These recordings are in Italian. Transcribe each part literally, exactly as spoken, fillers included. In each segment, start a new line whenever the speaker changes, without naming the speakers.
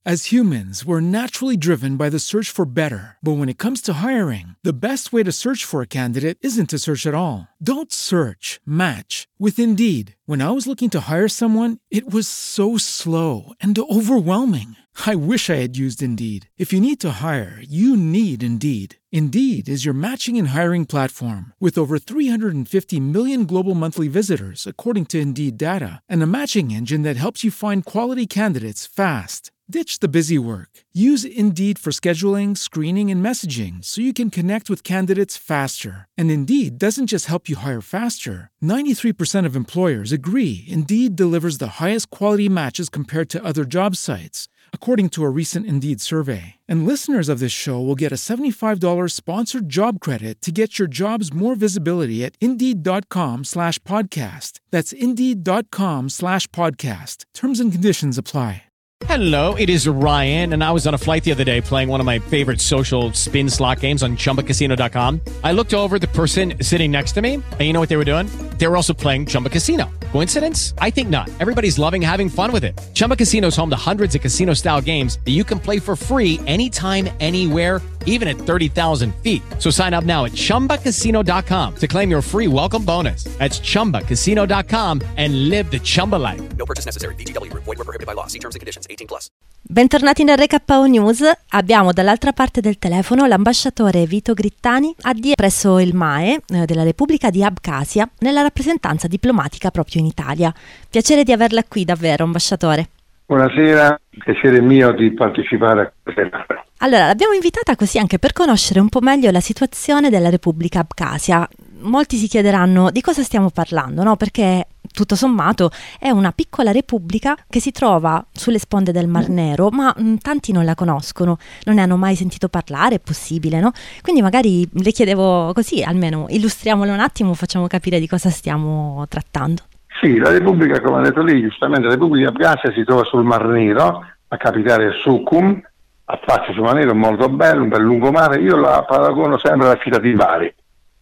As humans, we're naturally driven by the search for better. But when it comes to hiring, the best way to search for a candidate isn't to search at all. Don't search, match with Indeed. When I was looking to hire someone, it was so slow and overwhelming. I wish I had used Indeed. If you need to hire, you need Indeed. Indeed is your matching and hiring platform with over three hundred fifty million global monthly visitors, according to Indeed data, and a matching engine that helps you find quality candidates fast. Ditch the busy work. Use Indeed for scheduling, screening, and messaging so you can connect with candidates faster. And Indeed doesn't just help you hire faster. ninety-three percent of employers agree Indeed delivers the highest quality matches compared to other job sites, according to a recent Indeed survey. And listeners of this show will get a seventy-five dollars sponsored job credit to get your jobs more visibility at Indeed.com slash podcast. That's Indeed.com slash podcast. Terms and conditions apply.
Hello, it is Ryan, and I was on a flight the other day playing one of my favorite social spin slot games on Chumba Casino dot com. I looked over at the person sitting next to me, and you know what they were doing? They were also playing Chumba Casino. Coincidence? I think not. Everybody's loving having fun with it. Chumba Casino is home to hundreds of casino-style games that you can play for free anytime, anywhere, even at thirty thousand feet. So sign up now at Chumba Casino dot com to claim your free welcome bonus. That's Chumba Casino dot com and live the Chumba life.
No purchase necessary. V G W. Void where prohibited by law. See terms and conditions. eighteen plus.
Bentornati nel R K O News. Abbiamo dall'altra parte del telefono l'ambasciatore Vito Grittani, A D presso il M A E eh, della Repubblica di Abkhazia, nella rappresentanza diplomatica proprio in Italia. Piacere di averla qui davvero, ambasciatore.
Buonasera, piacere mio di partecipare a questa serata.
Allora, l'abbiamo invitata così anche per conoscere un po' meglio la situazione della Repubblica Abkhazia. Molti si chiederanno di cosa stiamo parlando, no? Perché tutto sommato è una piccola repubblica che si trova sulle sponde del Mar Nero, ma mh, tanti non la conoscono, non ne hanno mai sentito parlare, è possibile, no? Quindi magari le chiedevo così, almeno illustriamolo un attimo, facciamo capire di cosa stiamo trattando.
Sì, la Repubblica, come ha detto lei, giustamente, la Repubblica di Abkhazia si trova sul Mar Nero, la capitale è Sukhum, affaccia sul Mar Nero, molto bello, un bel lungomare. Io la paragono sempre alla città di Bari,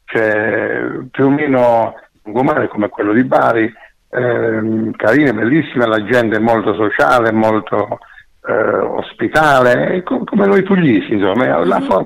cioè più o meno un lungomare come quello di Bari, ehm, carina, bellissima, la gente è molto sociale, molto eh, ospitale, com- come noi pugliesi, insomma, la forma.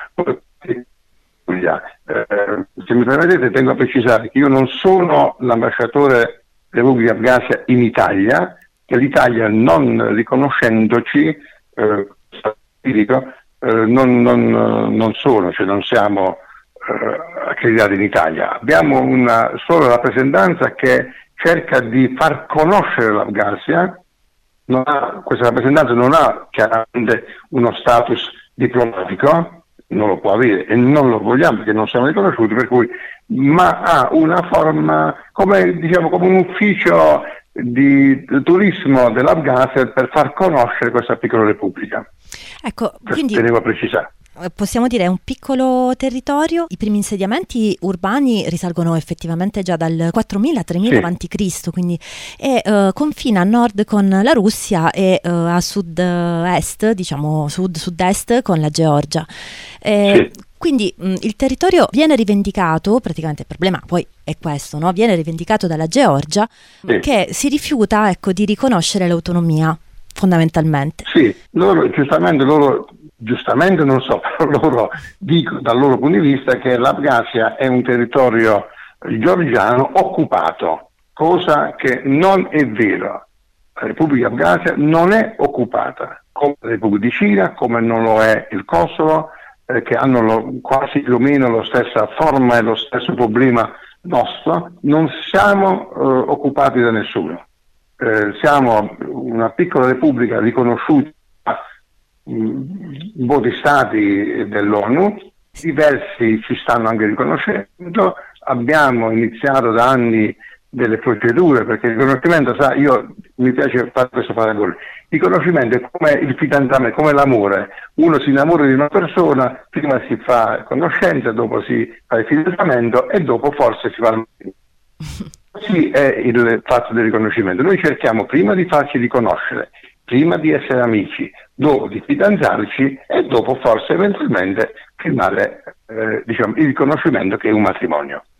Eh, se mi permettete, tengo a precisare che io non sono l'ambasciatore della Repubblica di Abkhazia in Italia, che l'Italia, non riconoscendoci, eh, eh, non, non, non sono, cioè non siamo eh, accreditati in Italia. Abbiamo una sola rappresentanza che cerca di far conoscere l'Abkhazia. Non ha, questa rappresentanza non ha chiaramente uno status diplomatico, non lo può avere e non lo vogliamo perché non siamo riconosciuti, per cui, ma ha una forma come, diciamo, come un ufficio di turismo dell'Abkhazia per far conoscere questa piccola repubblica.
Ecco, quindi
tenevo a precisare.
Possiamo dire è un piccolo territorio. I primi insediamenti urbani risalgono effettivamente già dal quattromila tremila
sì.
avanti Cristo, quindi è, uh, confina a nord con la Russia e uh, a sud-est, diciamo sud-sud-est con la Georgia. Eh,
sì.
Quindi mh, il territorio viene rivendicato, praticamente il problema poi è questo, no? Viene rivendicato dalla Georgia, sì. che si rifiuta, ecco, di riconoscere l'autonomia fondamentalmente.
Sì, loro giustamente loro Giustamente non so, però loro dicono dal loro punto di vista che l'Abkhazia è un territorio georgiano occupato, cosa che non è vero. La Repubblica Abkhazia non è occupata, come la Repubblica di Cina, come non lo è il Kosovo, eh, che hanno lo, quasi più o meno la stessa forma e lo stesso problema nostro. Non siamo eh, occupati da nessuno. Eh, siamo una piccola repubblica riconosciuta in molti stati dell'ONU, diversi ci stanno anche riconoscendo. Abbiamo iniziato da anni delle procedure, perché il riconoscimento, sa, io mi piace fare questo paragone, il riconoscimento è come il fidanzamento, come l'amore. Uno si innamora di una persona, prima si fa conoscenza, dopo si fa il fidanzamento e dopo forse si fa il matrimonio. Così è il fatto del riconoscimento. Noi cerchiamo prima di farci riconoscere, prima di essere amici, dopo di fidanzarci e dopo forse eventualmente firmare eh, diciamo, il riconoscimento che è un matrimonio.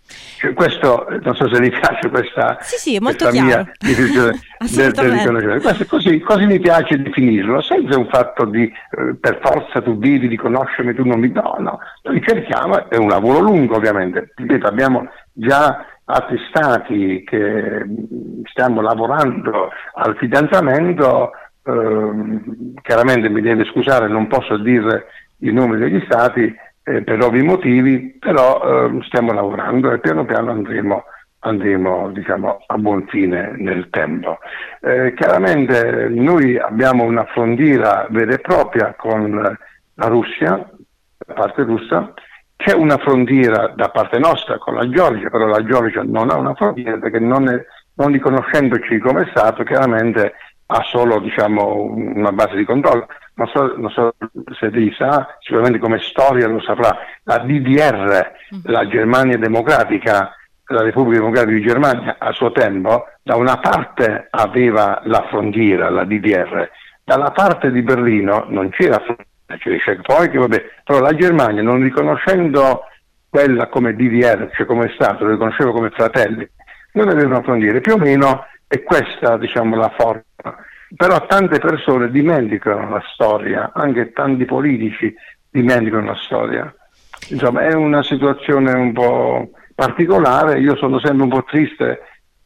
Cioè, questo, non so se mi piace questa,
sì, sì, è molto
questa
chiaro.
mia definizione del, del riconoscimento. Questo, così, così mi piace definirlo, senza un fatto di eh, per forza tu vivi, di conoscermi, tu non mi... No, no, noi cerchiamo, è un lavoro lungo ovviamente, ripeto, abbiamo già altri stati che stiamo lavorando al fidanzamento, eh, chiaramente mi deve scusare, non posso dire i nomi degli stati, Eh, per ovvi motivi, però eh, stiamo lavorando e piano piano andremo, andremo diciamo, a buon fine nel tempo. Eh, chiaramente noi abbiamo una frontiera vera e propria con la Russia, da parte russa, c'è una frontiera da parte nostra con la Georgia, però la Georgia non ha una frontiera perché non, è, non riconoscendoci come Stato, chiaramente ha solo diciamo, una base di controllo. Non so, non so se lei sa, sicuramente come storia lo saprà, la D D R, la Germania Democratica, la Repubblica Democratica di Germania a suo tempo, da una parte aveva la frontiera, la D D R, dalla parte di Berlino non c'era frontiera, c'era checkpoint, che vabbè, però la Germania non riconoscendo quella come D D R, cioè come Stato, lo riconosceva come fratelli, non aveva una frontiera, più o meno è questa diciamo la forza. Però tante persone dimenticano la storia, anche tanti politici dimenticano la storia. Insomma, è una situazione un po' particolare. Io sono sempre un po' triste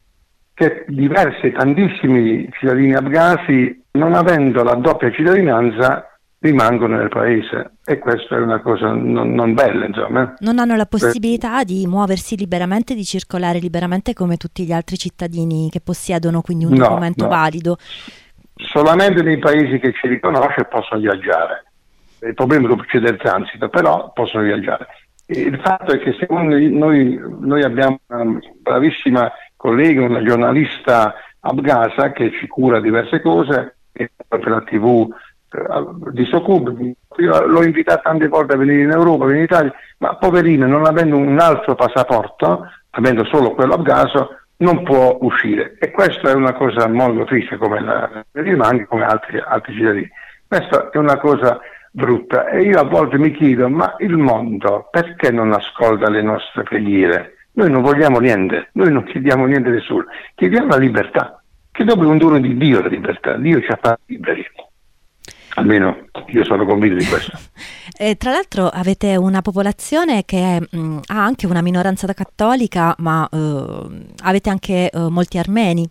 che diversi, tantissimi cittadini afghani, non avendo la doppia cittadinanza, rimangono nel paese, e questa è una cosa non, non bella, insomma.
Non hanno la possibilità di muoversi liberamente, di circolare liberamente come tutti gli altri cittadini che possiedono quindi un
no,
documento
no.
valido.
Solamente nei paesi che ci riconosce possono viaggiare. Il problema è che c'è del transito, però possono viaggiare. Il fatto è che secondo noi, noi abbiamo una bravissima collega, una giornalista afghana che ci cura diverse cose, e per la tivù eh, di Sokub. Io l'ho invitata tante volte a venire in Europa, a venire in Italia, ma poverina, non avendo un altro passaporto, avendo solo quello afghano, non può uscire, e questa è una cosa molto triste, come la rimane come altri, altri cittadini. Questa è una cosa brutta, e io a volte mi chiedo, ma il mondo perché non ascolta le nostre preghiere? Noi non vogliamo niente, noi non chiediamo niente a nessuno, chiediamo la libertà, che dopo è un dono di Dio la libertà, Dio ci ha fatto liberi. Almeno io sono convinto di questo.
E tra l'altro avete una popolazione che mh, ha anche una minoranza cattolica, ma eh, avete anche eh, molti armeni.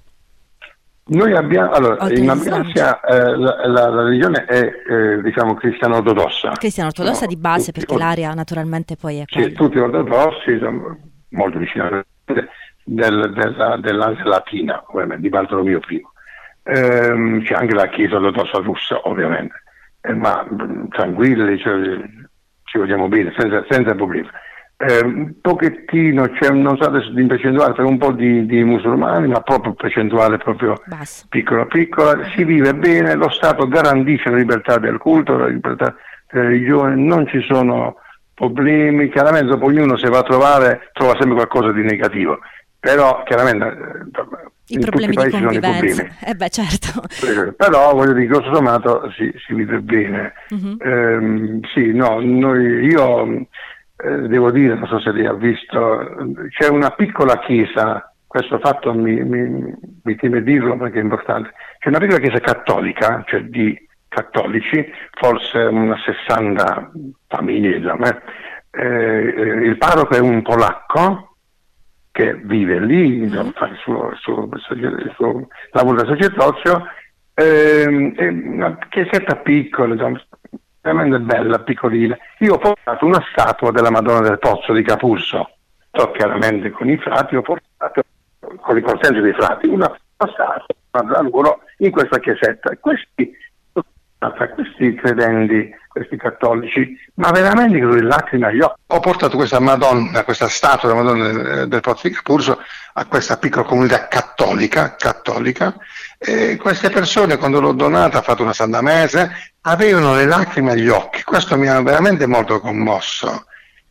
Noi abbiamo, allora,
Oltre
in
agli
Afghanistan eh, la, la, la religione è eh, diciamo cristiano ortodossa.
Cristiano ortodossa
no,
di base,
tutti,
perché l'area naturalmente poi è quella.
Sì, tutti ortodossi, sono molto vicini del, della, dell'Asia Latina, ovviamente, di Bartolomeo primo. Ehm, c'è anche la chiesa ortodossa russa, ovviamente, eh, ma mh, tranquilli, cioè, ci vogliamo bene, senza, senza problemi. Eh, un pochettino c'è, non so adesso in percentuale, per un po' di, di musulmani, ma proprio percentuale proprio
Basso.
piccola piccola, si vive bene, lo Stato garantisce la libertà del culto, la libertà della religione, non ci sono problemi. Chiaramente dopo ognuno se va a trovare trova sempre qualcosa di negativo, però chiaramente eh,
I
in
problemi
tutti i
di
paesi sono i
convivenza.
problemi.
Eh beh, certo.
Però voglio dire, grosso sommato si, si vive bene.
Uh-huh.
Ehm, sì, no, noi, io eh, devo dire, non so se lei ha visto, c'è una piccola chiesa, questo fatto mi, mi, mi teme dirlo perché è importante, c'è una piccola chiesa cattolica, cioè di cattolici, forse una sessanta famiglie, insomma. Eh, il parroco è un polacco che vive lì, insomma, fa il suo, il suo, il suo lavoro da sacerdozio, ehm, è una chiesetta piccola, insomma, veramente bella, piccolina. Io ho portato una statua della Madonna del Pozzo di Capurso, so chiaramente con i frati, ho portato con il consenso dei frati una statua da loro in questa chiesetta. Questi, questi credenti, questi cattolici, ma veramente con le lacrime agli occhi. Ho portato questa Madonna, questa statua della Madonna del Pozzo di Capurso a questa piccola comunità cattolica, cattolica, e queste persone, quando l'ho donata, ha fatto una Santa Messe, avevano le lacrime agli occhi. Questo mi ha veramente molto commosso.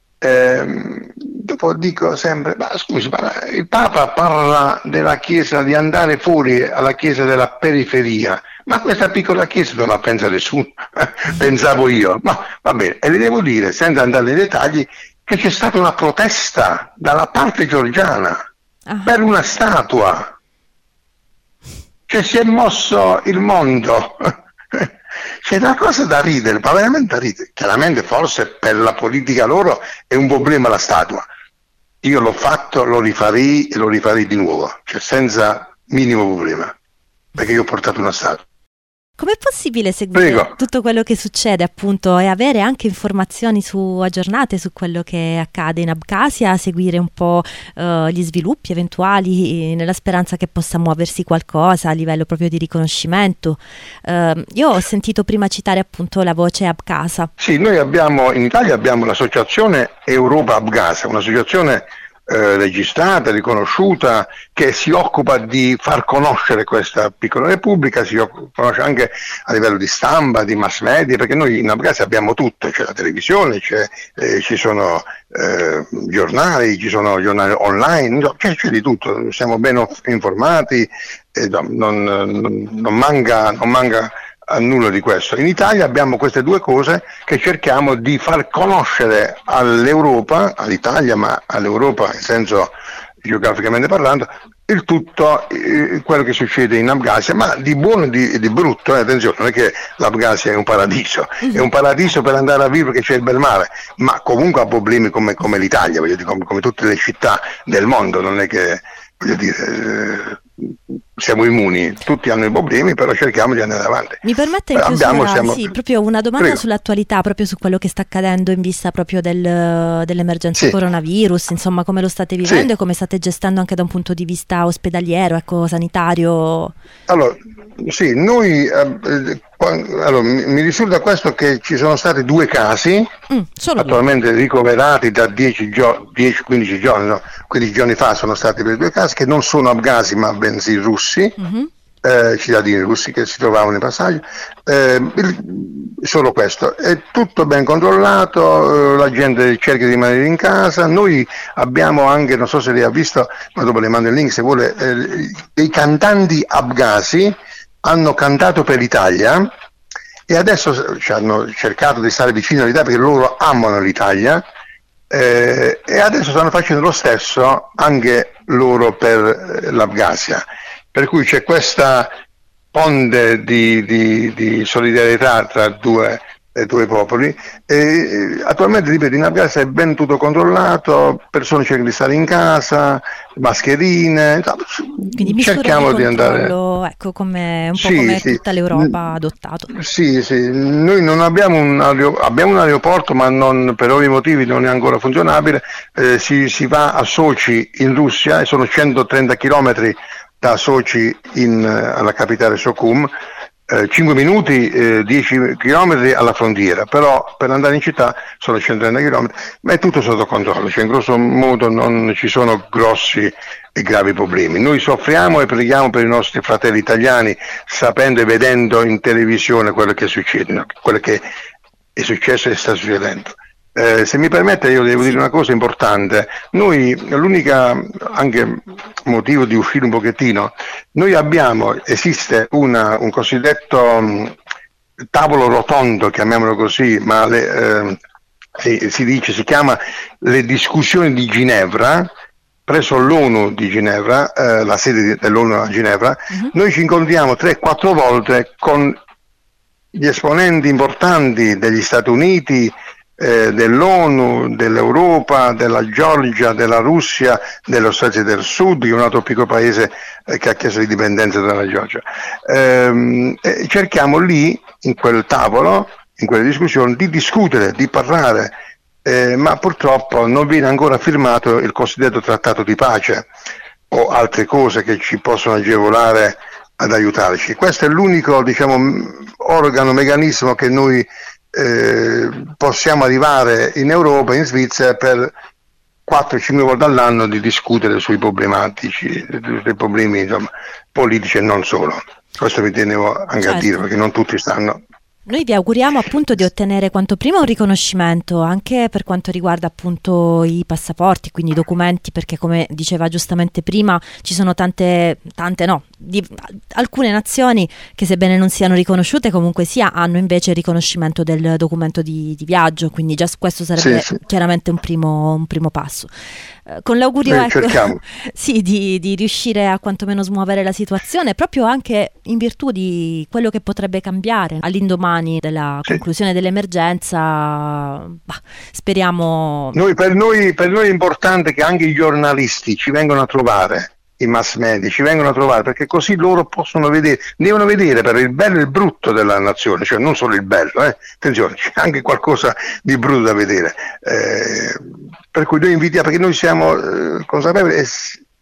Eh, dopo dico sempre, ma scusi, ma il Papa parla della Chiesa, di andare fuori alla Chiesa della periferia, ma questa piccola Chiesa non la pensa nessuno, pensavo io, ma va bene, e le devo dire, senza andare nei dettagli, che c'è stata una protesta dalla parte georgiana
Ah.
per una statua. Cioè si è mosso il mondo. C'è una cosa da ridere, ma veramente da ridere. Chiaramente forse per la politica loro è un problema la statua. Io l'ho fatto, lo rifarei e lo rifarei di nuovo, cioè senza minimo problema, perché io ho portato una statua.
Com'è possibile seguire
Prego.
tutto quello che succede, appunto, e avere anche informazioni su, aggiornate su quello che accade in Abkhazia, seguire un po' eh, gli sviluppi eventuali, eh, nella speranza che possa muoversi qualcosa a livello proprio di riconoscimento? Eh, io ho sentito prima citare appunto la voce Abkhasa.
Sì, noi abbiamo in Italia abbiamo l'associazione Europa Abkhazia, un'associazione eh, registrata, riconosciuta, che si occupa di far conoscere questa piccola repubblica, si occupa, conosce anche a livello di stampa, di mass media, perché noi in Abkhazia abbiamo tutto, c'è la televisione, c'è, eh, ci sono eh, giornali, ci sono giornali online, no, c'è, c'è di tutto, siamo ben informati, eh, non, non, non manca, non manca a nulla di questo. In Italia abbiamo queste due cose che cerchiamo di far conoscere all'Europa, all'Italia, ma all'Europa in senso geograficamente parlando, il tutto, eh, quello che succede in Abkhazia, ma di buono e di, di brutto, eh, attenzione, non è che l'Abkhazia è un paradiso, mm-hmm. è un paradiso per andare a vivere, che c'è il bel mare, ma comunque ha problemi come, come l'Italia, voglio dire, come, come tutte le città del mondo, non è che, voglio dire, eh, siamo immuni, tutti hanno i problemi, però cerchiamo di andare avanti.
Mi permette in
chiusura,
abbiamo,
siamo...
sì, proprio una domanda
Prego.
Sull'attualità, proprio su quello che sta accadendo in vista proprio del, dell'emergenza
sì.
coronavirus, insomma, come lo state vivendo
sì.
e come state gestendo anche da un punto di vista ospedaliero, ecco, sanitario?
Allora, sì, noi eh, allora, mi, mi risulta questo che ci sono stati due casi
mm, solo
attualmente due. ricoverati da dieci quindici giorni, no, quindici giorni fa sono stati per due casi che non sono abkhasi ma bensì russi, mm-hmm. eh, cittadini russi che si trovavano in passaggio, eh, il, solo questo, è tutto ben controllato, eh, la gente cerca di rimanere in casa. Noi abbiamo anche, non so se lei ha visto, ma dopo le mando il link se vuole, eh, dei cantanti abkhasi hanno cantato per l'Italia e adesso ci hanno cercato di stare vicino all'Italia perché loro amano l'Italia, eh, e adesso stanno facendo lo stesso anche loro per l'Abkhazia, per cui c'è questa onde di, di, di solidarietà tra due, eh, due popoli. E attualmente, ripeto, in Abkhazia è ben tutto controllato, persone cercano di stare in casa, mascherine, insomma,
quindi
cerchiamo di, di andare,
ecco, come un po'
sì,
come
sì.
tutta l'Europa ha adottato.
Sì, sì, noi non abbiamo un, abbiamo un aeroporto, ma non, per ovvi motivi non è ancora funzionabile. Eh, si, si va a Sochi in Russia e sono centotrenta chilometri da Sochi in, alla capitale Sukhum, eh, cinque minuti, eh, dieci chilometri alla frontiera, però per andare in città sono centotrenta chilometri, ma è tutto sotto controllo, cioè in grosso modo non ci sono grossi e gravi problemi. Noi soffriamo e preghiamo per i nostri fratelli italiani, sapendo e vedendo in televisione quello che succede, no? quello che è successo e sta succedendo. Eh, se mi permette, io devo dire una cosa importante. Noi, l'unica anche motivo di uscire un pochettino, noi abbiamo, esiste una, un cosiddetto um, tavolo rotondo, chiamiamolo così, ma le, eh, si, si dice, si chiama le discussioni di Ginevra, presso l'ONU di Ginevra, eh, la sede dell'ONU a Ginevra. Uh-huh. Noi ci incontriamo tre quattro volte con gli esponenti importanti degli Stati Uniti, Eh, dell'ONU, dell'Europa, della Georgia, della Russia, dello Stati del Sud, che è un altro piccolo paese eh, che ha chiesto l'indipendenza dalla Georgia. Ehm, eh, cerchiamo lì, in quel tavolo, in quelle discussioni, di discutere, di parlare, eh, ma purtroppo non viene ancora firmato il cosiddetto trattato di pace o altre cose che ci possono agevolare ad aiutarci. Questo è l'unico, diciamo, organo, meccanismo che noi Eh, possiamo arrivare in Europa, in Svizzera, per quattro cinque volte all'anno di discutere sui problematici, dei problemi, insomma, politici e non solo. Questo mi tenevo anche certo. a dire, perché non tutti stanno.
Noi vi auguriamo appunto di ottenere quanto prima un riconoscimento anche per quanto riguarda appunto i passaporti, quindi i documenti, perché come diceva giustamente prima ci sono tante, tante no, di, alcune nazioni che sebbene non siano riconosciute comunque sia hanno invece il riconoscimento del documento di, di viaggio, quindi già questo sarebbe
sì, sì.
chiaramente un primo, un primo passo. Eh, con l'augurio
eh,
ecco, sì, di, di riuscire a quantomeno smuovere la situazione, proprio anche in virtù di quello che potrebbe cambiare all'indomani della
sì.
conclusione dell'emergenza. Bah, speriamo.
Noi, per, noi, per noi è importante che anche i giornalisti ci vengano a trovare, i mass media ci vengono a trovare, perché così loro possono vedere, devono vedere per il bello e il brutto della nazione, cioè non solo il bello, eh. Attenzione, c'è anche qualcosa di brutto da vedere, eh, per cui noi invitiamo, perché noi siamo eh, consapevoli e,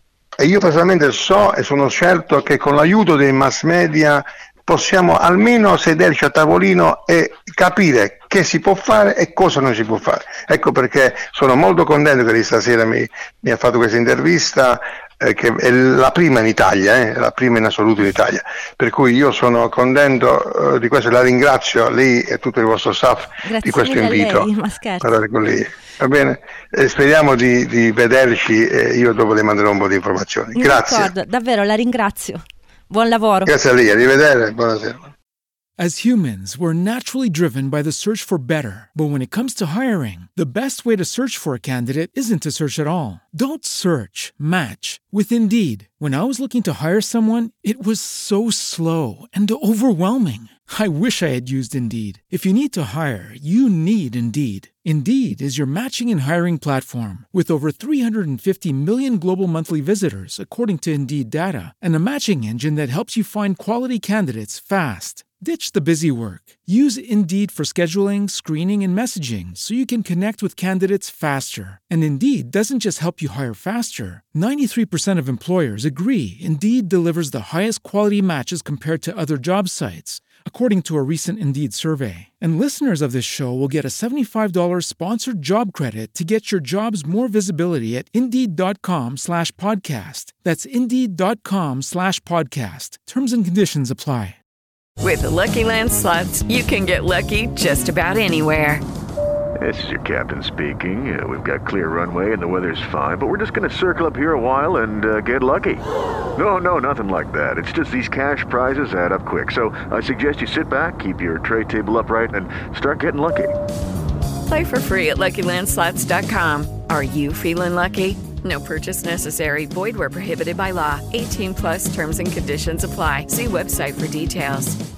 e io personalmente so e sono certo che con l'aiuto dei mass media possiamo almeno sederci a tavolino e capire che si può fare e cosa non si può fare. Ecco perché sono molto contento che lei stasera mi, mi ha fatto questa intervista, eh, che è la prima in Italia, eh, la prima in assoluto in Italia. Per cui io sono contento eh, di questo, la ringrazio lei e tutto il vostro staff.
Grazie
di questo
mille
invito
a lei, ma scherzo.
a parlare con lei. Va bene? E speriamo di, di vederci e io dopo le manderò un po' di informazioni. Grazie.
D'accordo, davvero la ringrazio. Buon lavoro.
Grazie a lei, arrivederci, buonasera.
As humans, we're naturally driven by the search for better. But when it comes to hiring, the best way to search for a candidate isn't to search at all. Don't search, match with Indeed. When I was looking to hire someone, it was so slow and overwhelming. I wish I had used Indeed. If you need to hire, you need Indeed. Indeed is your matching and hiring platform with over three hundred fifty million global monthly visitors, according to Indeed data, and a matching engine that helps you find quality candidates fast. Ditch the busy work. Use Indeed for scheduling, screening, and messaging so you can connect with candidates faster. And Indeed doesn't just help you hire faster. ninety-three percent of employers agree Indeed delivers the highest quality matches compared to other job sites, according to a recent Indeed survey. And listeners of this show will get a seventy-five dollars sponsored job credit to get your jobs more visibility at Indeed.com slash podcast. That's Indeed.com slash podcast. Terms and conditions apply.
With the Lucky Land Slots, you can get lucky just about anywhere.
This is your captain speaking. Uh, we've got clear runway and the weather's fine, but we're just going to circle up here a while and uh, get lucky. No, no, nothing like that. It's just these cash prizes add up quick. So I suggest you sit back, keep your tray table upright, and start getting lucky.
Play for free at Lucky Land Slots dot com. Are you feeling lucky? No purchase necessary. Void where prohibited by law. eighteen plus terms and conditions apply. See website for details.